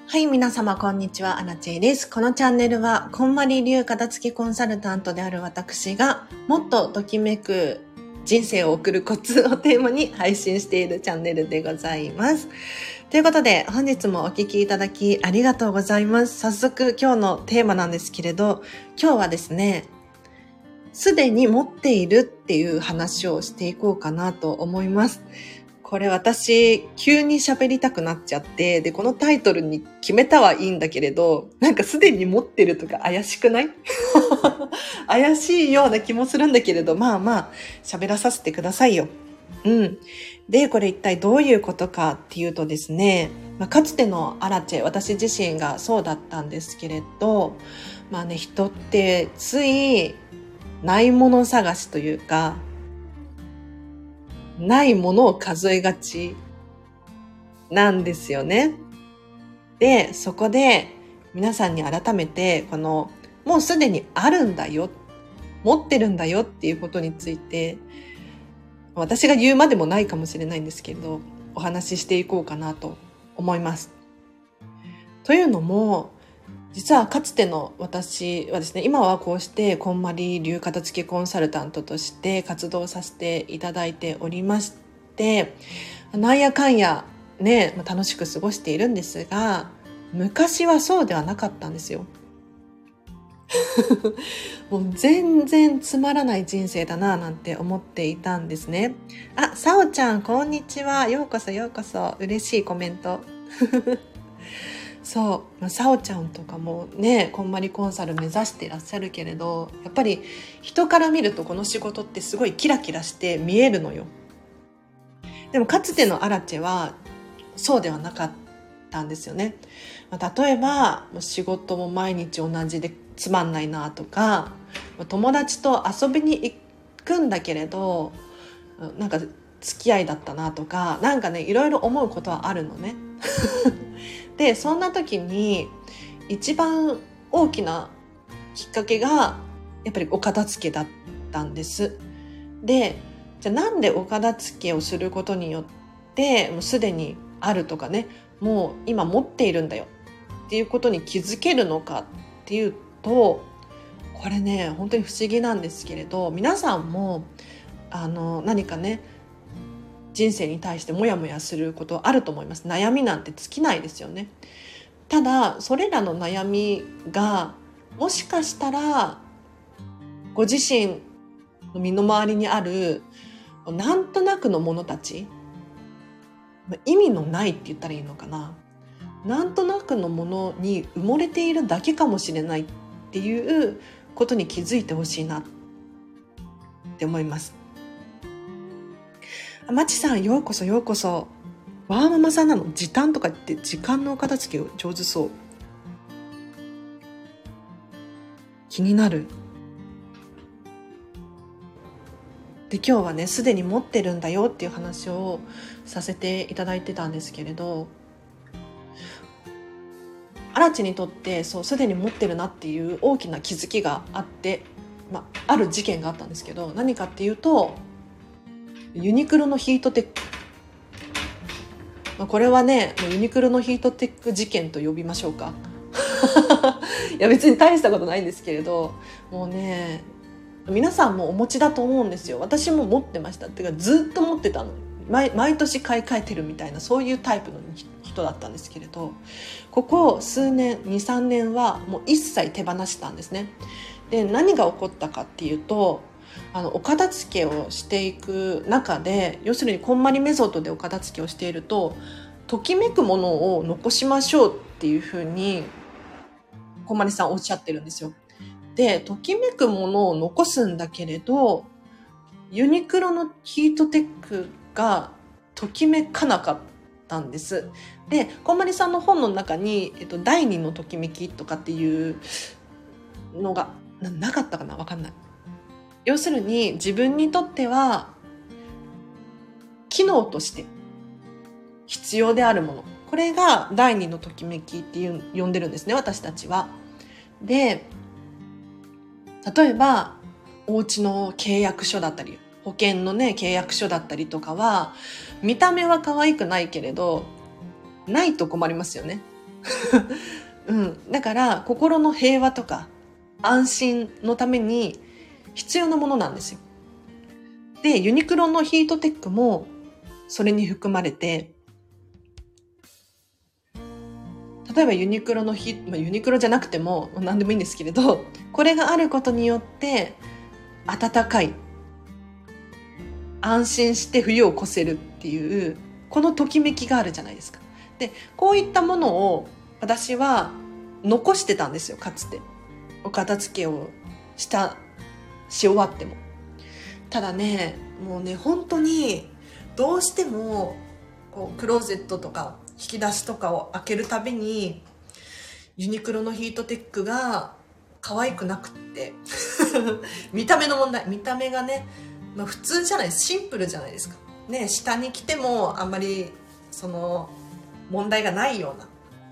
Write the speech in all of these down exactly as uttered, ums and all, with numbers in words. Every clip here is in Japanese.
はい、皆様こんにちは、アラチェです。このチャンネルは、こんまり流片付きコンサルタントである私が、もっとときめく人生を送るコツをテーマに配信しているチャンネルでございます。ということで、本日もお聞きいただきありがとうございます。早速今日のテーマなんですけれど、今日はですね、すでに持っているっていう話をしていこうかなと思います。これ私、急に喋りたくなっちゃって、で、このタイトルに決めたはいいんだけれど、なんかすでに持ってるとか怪しくない怪しいような気もするんだけれど、まあまあ、喋らさせてくださいよ。うん。で、これ一体どういうことかっていうとですね、まあ、かつてのアラチェ、私自身がそうだったんですけれど、まあね、人ってついないもの探しというか、ないものを数えがちなんですよね。で、そこで皆さんに改めて、この、もうすでにあるんだよ、持ってるんだよっていうことについて、私が言うまでもないかもしれないんですけれど、お話ししていこうかなと思います。というのも、実はかつての私はですね、今はこうしてこんまり流片付けコンサルタントとして活動させていただいておりまして、なんやかんやね、楽しく過ごしているんですが、昔はそうではなかったんですよ。もう全然つまらない人生だななんて思っていたんですね。あ、さおちゃんこんにちは。ようこそようこそ。嬉しいコメント。そう、まあ、さおちゃんとかもね、こんまりコンサル目指していらっしゃるけれど、やっぱり人から見るとこの仕事ってすごいキラキラして見えるのよ。でもかつてのアラチェはそうではなかったんですよね。まあ、例えば仕事も毎日同じでつまんないなとか、友達と遊びに行くんだけれどなんか付き合いだったなとか、なんかね、いろいろ思うことはあるのね。で、そんな時に一番大きなきっかけがやっぱりお片付けだったんです。で、じゃあなんでお片付けをすることによってもうすでにあるとかね、もう今持っているんだよっていうことに気づけるのかっていうと、これね、本当に不思議なんですけれど、皆さんもあの何かね、人生に対してモヤモヤすることあると思います。悩みなんて尽きないですよね。ただそれらの悩みがもしかしたらご自身の身の回りにあるなんとなくのものたち、意味のないって言ったらいいのかな、なんとなくのものに埋もれているだけかもしれないっていうことに気づいてほしいなって思います。まちさん、ようこそようこそ。ワーママさんなの？時短とか言って時間のお片付け上手そう。気になる。で、今日はね、すでに持ってるんだよっていう話をさせていただいてたんですけれど、アラチにとってそうすでに持ってるなっていう大きな気づきがあって、まあ、ある事件があったんですけど、何かっていうと、ユニクロのヒートテック、まあ、これはね、ユニクロのヒートテック事件と呼びましょうか。いや別に大したことないんですけれど、もうね、皆さんもお持ちだと思うんですよ。私も持ってました。っていうかずっと持ってたの。 毎, 毎年買い替えてるみたいな、そういうタイプの人だったんですけれど、ここ数年 に,さん 年はもう一切手放したんですね。で、何が起こったかっていうと、あのお片付けをしていく中で、要するにこんまりメソッドでお片付けをしていると、ときめくものを残しましょうっていうふうにこんまりさんおっしゃってるんですよ。で、ときめくものを残すんだけれど、ユニクロのヒートテックがときめかなかったんです。で、こんまりさんの本の中に、えっと、第二のときめきとかっていうのが な, なかったかな、わかんない。要するに自分にとっては機能として必要であるもの、これが第二のときめきっていう呼んでるんですね、私たちは。で、例えばお家の契約書だったり、保険のね契約書だったりとかは、見た目は可愛くないけれどないと困りますよね。 うん。だから、心の平和とか安心のために必要なものなんですよ。で、ユニクロのヒートテックもそれに含まれて、例えばユニクロのヒ、まあ、ユニクロじゃなくても何でもいいんですけれど、これがあることによって暖かい、安心して冬を越せるっていうこのときめきがあるじゃないですか。で、こういったものを私は残してたんですよ、かつて。お片付けをしたし終わっても。ただね、もうね、本当にどうしてもこうクローゼットとか引き出しとかを開けるたびにユニクロのヒートテックが可愛くなくって見た目の問題、見た目がね、まあ、普通じゃない、シンプルじゃないですかね。下に着てもあんまりその問題がないような、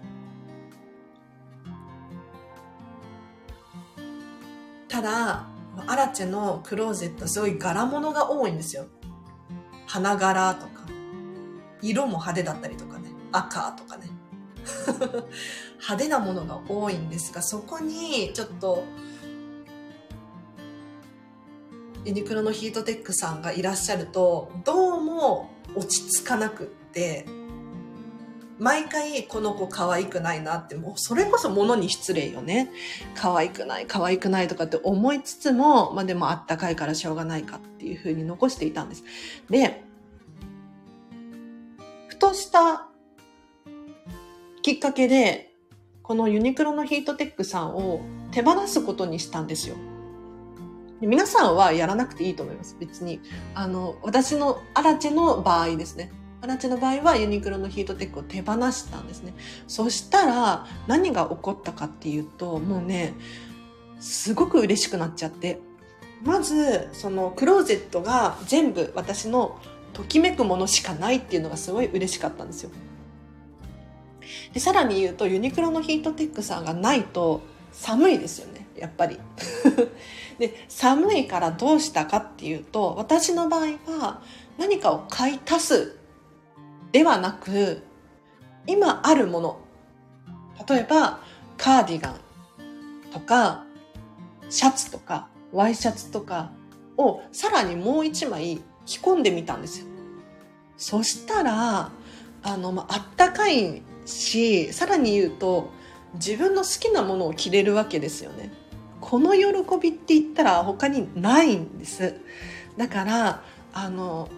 ただアラチェのクローゼットすごい柄物が多いんですよ。花柄とか色も派手だったりとかね、赤とかね派手なものが多いんですが、そこにちょっとユニクロのヒートテックさんがいらっしゃるとどうも落ち着かなくって、毎回この子可愛くないなって、もうそれこそ物に失礼よね。可愛くない可愛くないとかって思いつつも、まあでもあったかいからしょうがないかっていう風に残していたんです。で、ふとしたきっかけでこのユニクロのヒートテックさんを手放すことにしたんですよ。皆さんはやらなくていいと思います。別にあの私のアラチェの場合ですね。アラチェの場合はユニクロのヒートテックを手放したんですね。そしたら何が起こったかっていうと、もうね、すごく嬉しくなっちゃって、まずそのクローゼットが全部私のときめくものしかないっていうのがすごい嬉しかったんですよ。で、さらに言うとユニクロのヒートテックさんがないと寒いですよね、やっぱりで、寒いからどうしたかっていうと、私の場合は何かを買い足すではなく、今あるもの、例えばカーディガンとかシャツとかワイシャツとかをさらにもう一枚着込んでみたんですよ。そしたらあの、まあ、あったかいし、さらに言うと自分の好きなものを着れるわけですよね。この喜びって言ったら他にないんです。だからあの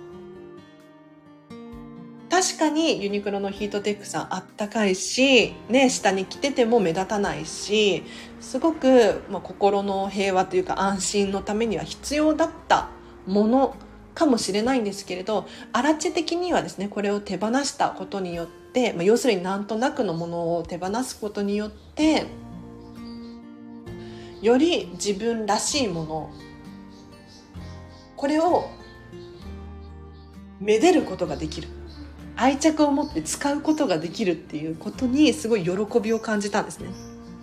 確かにユニクロのヒートテックさんあったかいし、ね、下に着てても目立たないし、すごく、まあ、心の平和というか安心のためには必要だったものかもしれないんですけれど、アラチェ的にはですね、これを手放したことによって、まあ、要するになんとなくのものを手放すことによってより自分らしいもの、これをめでることができる、愛着を持って使うことができるっていうことにすごい喜びを感じたんですね。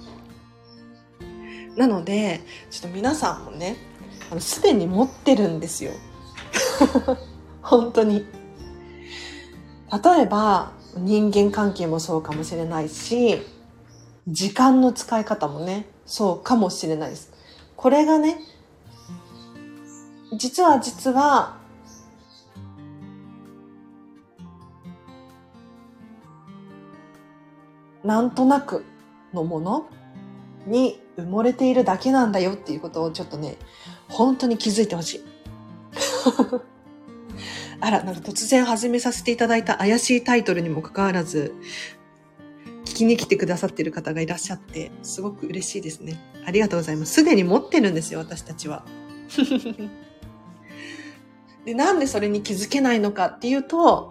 なのでちょっと皆さんもね、あのすでに持ってるんですよ本当に。例えば人間関係もそうかもしれないし、時間の使い方もね、そうかもしれないです。これがね、実は実はなんとなくのものに埋もれているだけなんだよっていうことをちょっとね、本当に気づいてほしいあら、なんか突然始めさせていただいた怪しいタイトルにもかかわらず聞きに来てくださっている方がいらっしゃってすごく嬉しいですね。ありがとうございます。すでに持ってるんですよ、私たちはで、なんでそれに気づけないのかっていうと、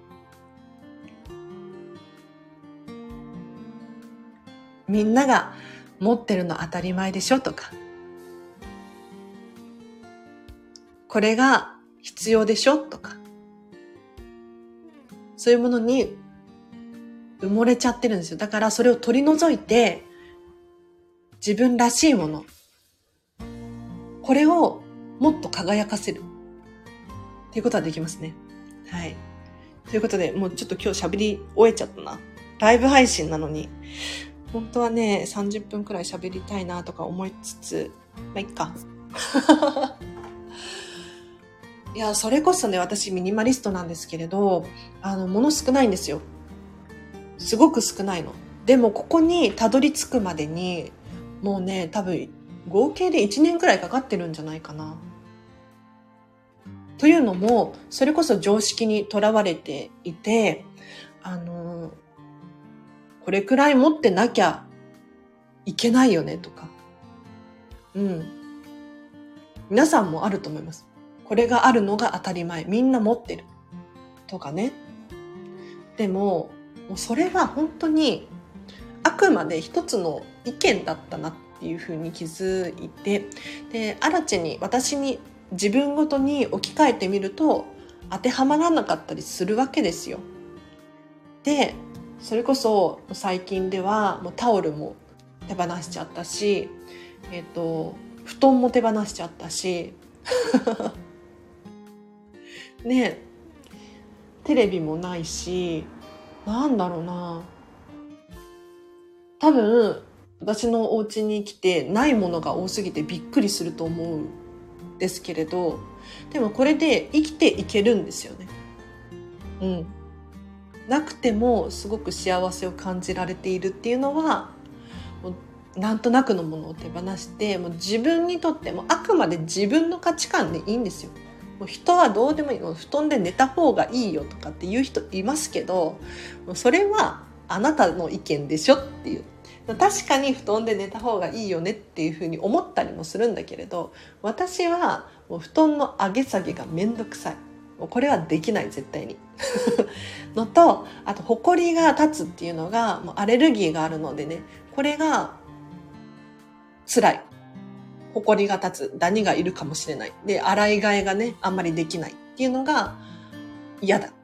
みんなが持ってるの当たり前でしょとか、これが必要でしょとか、そういうものに埋もれちゃってるんですよ。だからそれを取り除いて自分らしいもの、これをもっと輝かせるっていうことはできますね。はい。ということで、もうちょっと今日喋り終えちゃったな。 ライブ配信なのに。本当はね、さんじゅっぷんくらい喋りたいなとか思いつつ、まあ、いっか。いや、それこそね、私ミニマリストなんですけれど、あの、物少ないんですよ。すごく少ないの。でも、ここにたどり着くまでに、もうね、多分、合計でいちねんくらいかかってるんじゃないかな。というのも、それこそ常識にとらわれていて、あの、これくらい持ってなきゃいけないよねとか。うん。皆さんもあると思います。これがあるのが当たり前。みんな持ってる。とかね。でも、もうそれは本当にあくまで一つの意見だったなっていうふうに気づいて、で、あらちに私に自分ごとに置き換えてみると当てはまらなかったりするわけですよ。で、それこそ最近ではもうタオルも手放しちゃったし、えっと、布団も手放しちゃったし、ね、テレビもないし、なんだろうな。多分、私のお家に来てないものが多すぎてびっくりすると思うんですけれど、でもこれで生きていけるんですよね。うん。なくてもすごく幸せを感じられているっていうのは、もうなんとなくのものを手放して、もう自分にとってもあくまで自分の価値観でいいんですよ。もう人はどうでもいい。もう布団で寝た方がいいよとかっていう人いますけど、もうそれはあなたの意見でしょっていう。確かに布団で寝た方がいいよねっていうふうに思ったりもするんだけれど、私はもう布団の上げ下げがめんどくさい。もうこれはできない、絶対に。のと、あと、ほこりが立つっていうのが、もうアレルギーがあるのでね、これが辛い。ほこりが立つ、ダニがいるかもしれない。で、洗い替えがね、あんまりできないっていうのが嫌だ。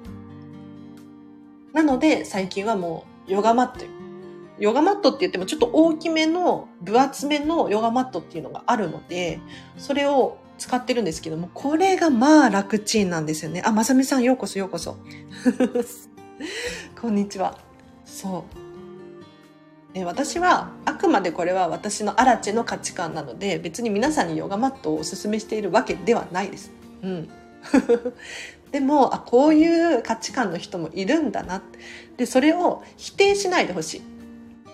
なので、最近はもうヨガマットよ。ヨガマットって言ってもちょっと大きめの分厚めのヨガマットっていうのがあるので、それを使ってるんですけども、これがまあ楽ちんなんですよね。あ、まさみさんようこそようこそ。こんにちは。そう。で、私はあくまでこれは私のアラチェの価値観なので、別に皆さんにヨガマットをお勧めしているわけではないです。うん。でも、あ、こういう価値観の人もいるんだな。で、それを否定しないでほしい。うん。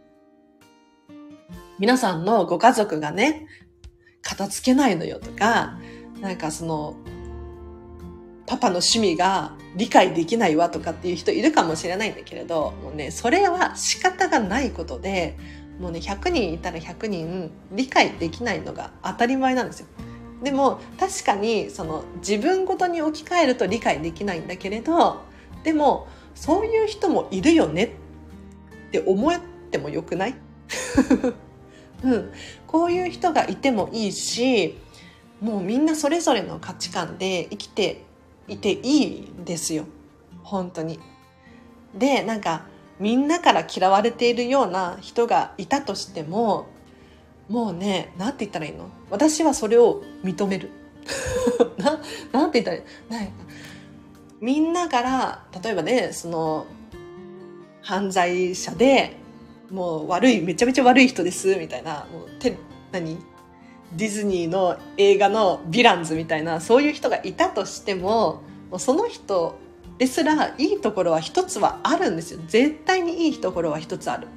皆さんのご家族がね、片付けないのよとか、なんかその、パパの趣味が理解できないわとかっていう人いるかもしれないんだけれど、もうね、それは仕方がないことで、もうね、ひゃくにんいたらひゃくにん理解できないのが当たり前なんですよ。でも、確かに、その、自分ごとに置き換えると理解できないんだけれど、でも、そういう人もいるよねって思ってもよくない？うん。こういう人がいてもいいし、もうみんなそれぞれの価値観で生きていていいんですよ。本当に。で、なんか、みんなから嫌われているような人がいたとしても、もうね、なんて言ったらいいの？私はそれを認める。な、なんて言ったらいいの？なんかみんなから、例えばね、その、犯罪者で、もう悪い、めちゃめちゃ悪い人です、みたいな、もう、て、何ディズニーの映画のヴィランズみたいな、そういう人がいたとしても、もうその人ですらいいところは一つはあるんですよ。絶対にいいところは一つある。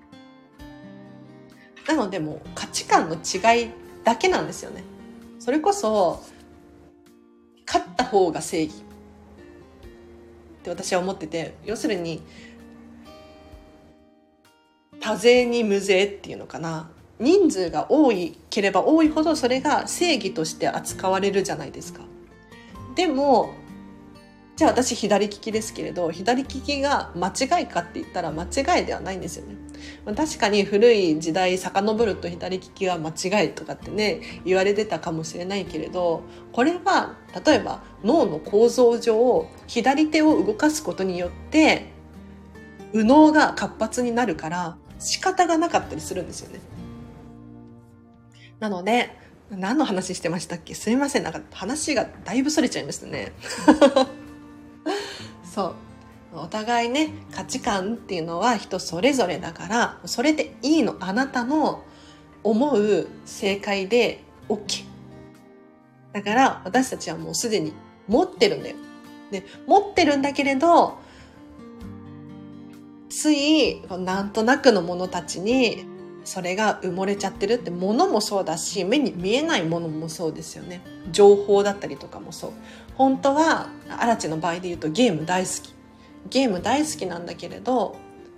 なのでもう価値観の違いだけなんですよね。それこそ、勝った方が正義って私は思ってて、要するに、多勢に無勢っていうのかな。人数が多いければ多いほどそれが正義として扱われるじゃないですか。でも、じゃあ私左利きですけれど、左利きが間違いかって言ったら間違いではないんですよね。確かに古い時代遡ると左利きは間違いとかってね、言われてたかもしれないけれど、これは例えば脳の構造上、左手を動かすことによって、右脳が活発になるから仕方がなかったりするんですよね。なので、何の話してましたっけ？すいません。なんか話がだいぶ逸れちゃいましたね。そう。 お互いね、価値観っていうのは人それぞれだから、それでいいの。あなたの思う正解で OK。だから私たちはもうすでに持ってるんだよ。で、持ってるんだけれど、ついなんとなくのものたちにそれが埋もれちゃってるって、ものもそうだし、目に見えないものもそうですよね。情報だったりとかもそう。本当はアラチの場合で言うとゲーム大好き。ゲーム大好きなんだけれど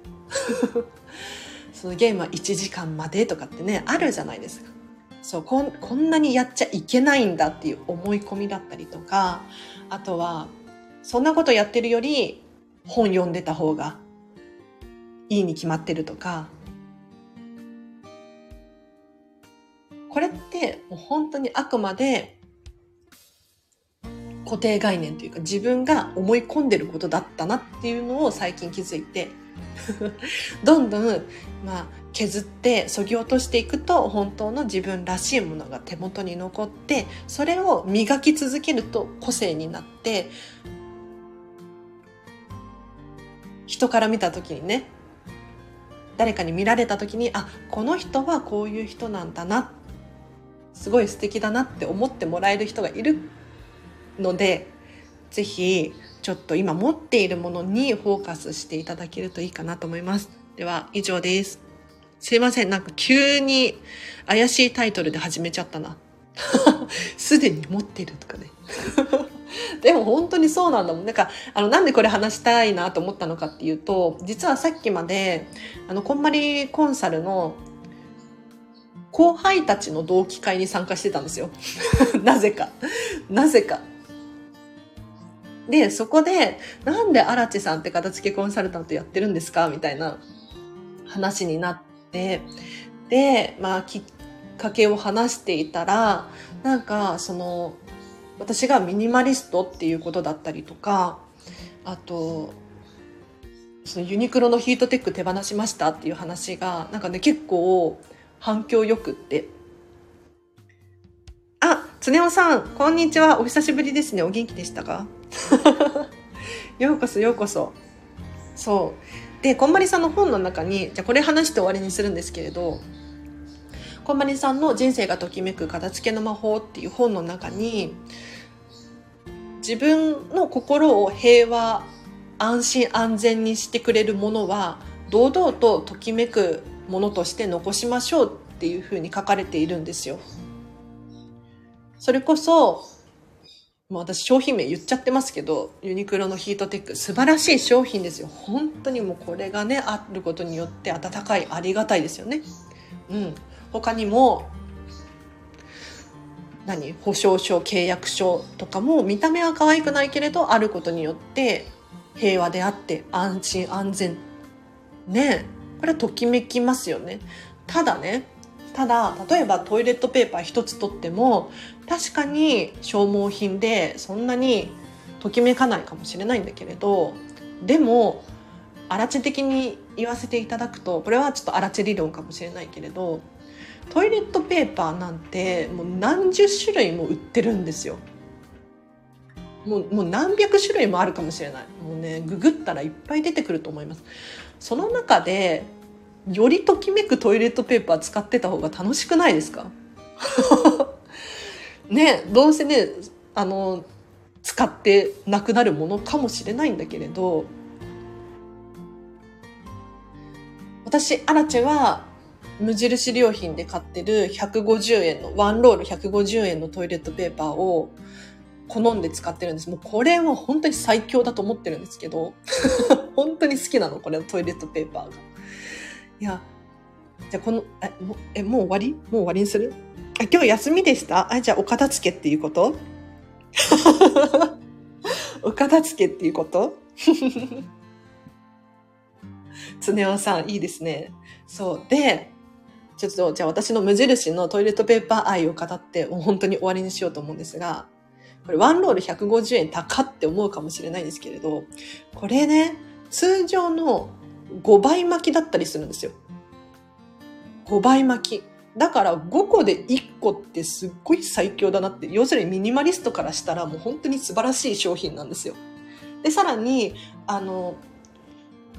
そのゲームはいちじかんまでとかってね、あるじゃないですか。そうこん、こんなにやっちゃいけないんだっていう思い込みだったりとか、あとはそんなことやってるより本読んでた方がいいに決まってるとか、これってもう本当にあくまで固定概念というか、自分が思い込んでることだったなっていうのを最近気づいてどんどん、まあ、削って削ぎ落としていくと本当の自分らしいものが手元に残って、それを磨き続けると個性になって、人から見た時にね、誰かに見られた時に、あ、この人はこういう人なんだな、すごい素敵だなって思ってもらえる人がいるので、ぜひちょっと今持っているものにフォーカスしていただけるといいかなと思います。では以上です。すいません、なんか急に怪しいタイトルで始めちゃったなすでに持ってるとかねでも本当にそうなんだもん。なんかあのなんでこれ話したいなと思ったのかっていうと、実はさっきまであのこんまりコンサルの後輩たちの同期会に参加してたんですよなぜかなぜかで、そこでなんで荒地さんって片付けコンサルタントやってるんですかみたいな話になって、で、まあきっかけを話していたら、なんかその私がミニマリストっていうことだったりとか、あとそのユニクロのヒートテック手放しましたっていう話がなんかね、結構反響よくって、あ、つねおさんこんにちは、お久しぶりですね。お元気でしたかようこそようこそ。そうで、こんまりさんの本の中に、じゃあこれ話して終わりにするんですけれど、こんまりさんの人生がときめく片付けの魔法っていう本の中に、自分の心を平和安心安全にしてくれるものは堂々とときめくものとして残しましょうっていうふうに書かれているんですよ。それこそもう私商品名言っちゃってますけど、ユニクロのヒートテック素晴らしい商品ですよ。本当にもうこれがね、あることによって温かい、ありがたいですよね。うん。他にも何保証書、契約書とかも見た目は可愛くないけれど、あることによって平和であって安心安全ね、これはときめきますよね。ただね、ただ例えばトイレットペーパー一つ取っても確かに消耗品でそんなにときめかないかもしれないんだけれど、でもアラチェ的に言わせていただくと、これはちょっとアラチェ理論かもしれないけれど、トイレットペーパーなんてもう何十種類も売ってるんですよ。もう、もう何百種類もあるかもしれない。もうね、ググったらいっぱい出てくると思います。その中でよりときめくトイレットペーパー使ってた方が楽しくないですかね、どうせね、あの使ってなくなるものかもしれないんだけれど、私アラチェは無印良品で買ってるひゃくごじゅうえんのワンロールひゃくごじゅうえんのトイレットペーパーを好んで使ってるんです。もうこれは本当に最強だと思ってるんですけど本当に好きなの、これのトイレットペーパーが。いや、じゃあこのえもえもう終わりもう終わりにする？あ、今日休みでした？あ、じゃあお片付けっていうことお片付けっていうことつねおさんいいですね。そうで、ちょっとじゃあ私の無印のトイレットペーパー愛を語ってもう本当に終わりにしようと思うんですが、これワンロールひゃくごじゅうえん高って思うかもしれないんですけれど、これね、通常のごばい巻きだったりするんですよ。ごばい巻きだからごこでいっこってすっごい最強だなって、要するにミニマリストからしたらもう本当に素晴らしい商品なんですよ。でさらにあの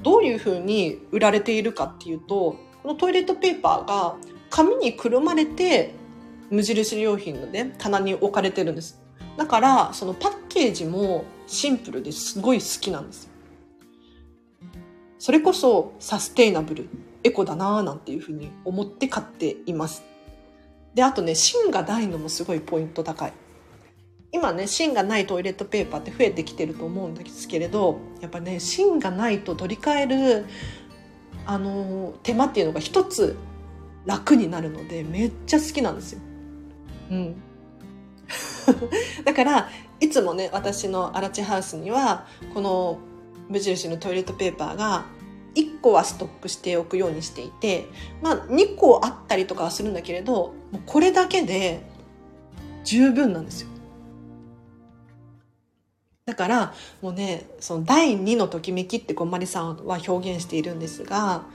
どういう風に売られているかっていうと、このトイレットペーパーが紙にくるまれて無印良品のね棚に置かれてるんです。だからそのパッケージもシンプルですごい好きなんです。それこそサステイナブル、エコだなーなんていう風に思って買っています。で、あとね、芯がないのもすごいポイント高い。今ね、芯がないトイレットペーパーって増えてきてると思うんですけれど、やっぱね、芯がないと取り替えるあの手間っていうのが一つ楽になるので、めっちゃ好きなんですよ。うん。だからいつもね、私のアラチハウスにはこの無印のトイレットペーパーがいっこはストックしておくようにしていて、まあにこあったりとかはするんだけれど、もうこれだけで十分なんですよ。だからもうね、そのだいにのときめきってこんまりさんは表現しているんですが、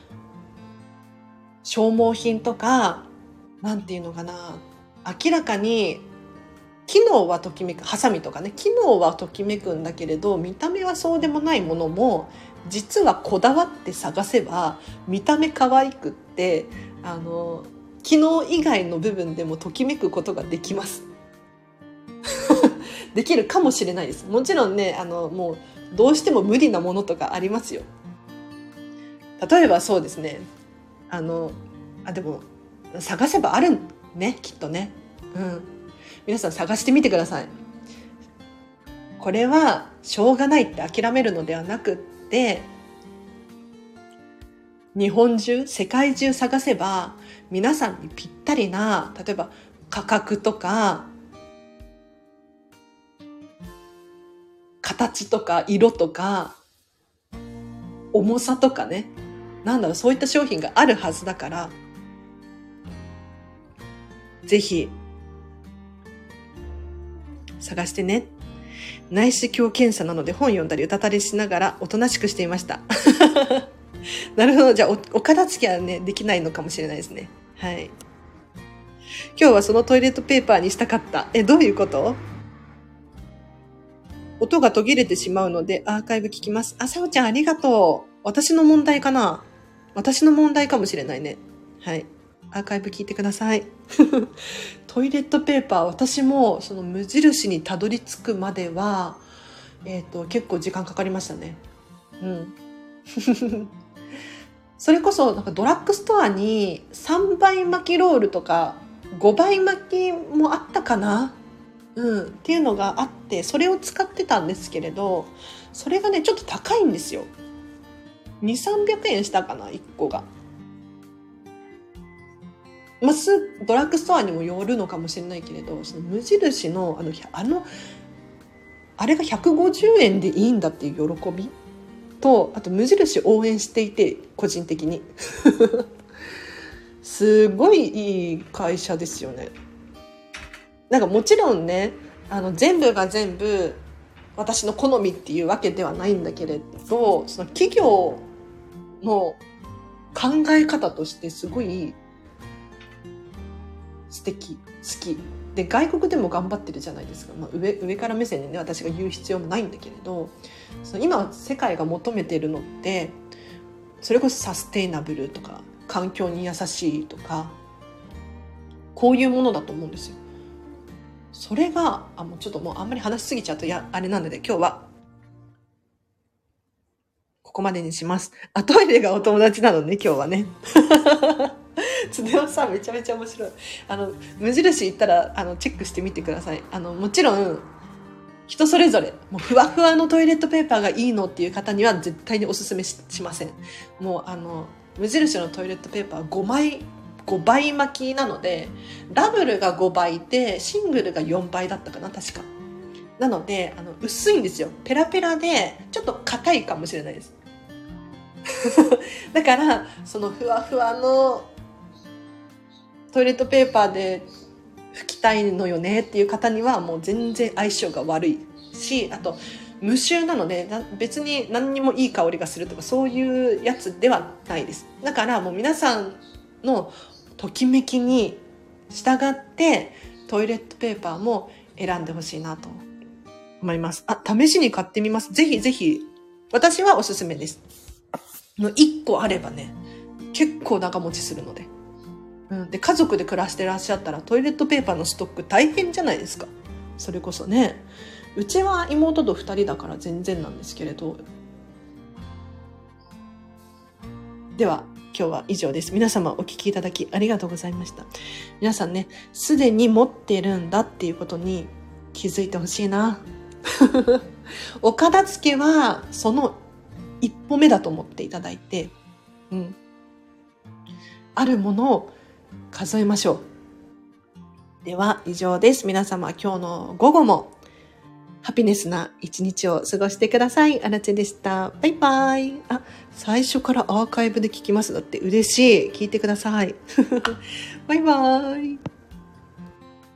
消耗品とか、なんていうのかな、明らかに機能はときめく、ハサミとかね、機能はときめくんだけれど見た目はそうでもないものも、実はこだわって探せば見た目可愛くって、あの機能以外の部分でもときめくことができますできるかもしれないです。もちろんね、あのもうどうしても無理なものとかありますよ。例えばそうですね、あのあでも探せばあるね、きっとね。うん、皆さん探してみてください。これはしょうがないって諦めるのではなくって、日本中、世界中探せば皆さんにぴったりな、例えば価格とか形とか色とか重さとかね、なんだろう、そういった商品があるはずだから、ぜひ探してね。内視鏡検査なので本読んだり歌ったりしながらおとなしくしていましたなるほど。じゃあ お, お片付けはねできないのかもしれないですね。はい。今日はそのトイレットペーパーにしたかった。え、どういうこと？音が途切れてしまうのでアーカイブ聞きます。あ、さおちゃんありがとう。私の問題かな？私の問題かもしれないね。はい。アーカイブ聞いてください。トイレットペーパー、私もその無印にたどり着くまでは、えっと、結構時間かかりましたね。うん。それこそなんかドラッグストアにさんばい巻きロールとかごばい巻きもあったかな、うん、っていうのがあって、それを使ってたんですけれど、それがねちょっと高いんですよ。にせんさんびゃくえんしたかな、いっこが。まあ、ドラッグストアにもよるのかもしれないけれど、その無印のあのあのあれがひゃくごじゅうえんでいいんだっていう喜びと、あと無印応援していて、個人的にすごいいい会社ですよね。なんかもちろんね、あの全部が全部私の好みっていうわけではないんだけれど、その企業の考え方としてすごい素敵、好きで、外国でも頑張ってるじゃないですか。まあ、上, 上から目線でね私が言う必要もないんだけれど、その今世界が求めてるのってそれこそサステイナブルとか環境に優しいとか、こういうものだと思うんですよ。それがあもうちょっともうあんまり話しすぎちゃうとやあれなので、今日はここまでにします。あ、トイレがお友達なのね今日はねつねおさんめちゃめちゃ面白い。あの無印行ったらあのチェックしてみてください。あのもちろん人それぞれ、もうふわふわのトイレットペーパーがいいのっていう方には絶対におすすめ し, しません。もうあの無印のトイレットペーパーごまいごばい巻きなので、ダブルがごばいでシングルがよんばいだったかな確か。なのであの薄いんですよ。ペラペラでちょっと硬いかもしれないですだからそのふわふわのトイレットペーパーで拭きたいのよねっていう方にはもう全然相性が悪いし、あと無臭なので別に何にもいい香りがするとかそういうやつではないです。だからもう皆さんのときめきに従ってトイレットペーパーも選んでほしいなと思います。あ、試しに買ってみます。ぜひぜひ、私はおすすめです。 のいっこあればね、結構長持ちするので。うん、で、家族で暮らしてらっしゃったらトイレットペーパーのストック大変じゃないですか。それこそね。うちは妹とふたりだから全然なんですけれど。では、今日は以上です。皆様お聞きいただきありがとうございました。皆さんね、すでに持ってるんだっていうことに気づいてほしいな。お片付けはその一歩目だと思っていただいて、うん、あるものを数えましょう。では以上です。皆様今日の午後もハピネスな一日を過ごしてください。あらちでした。バイバイ。あ、最初からアーカイブで聞きます。だって嬉しい。聞いてください。バイバイ。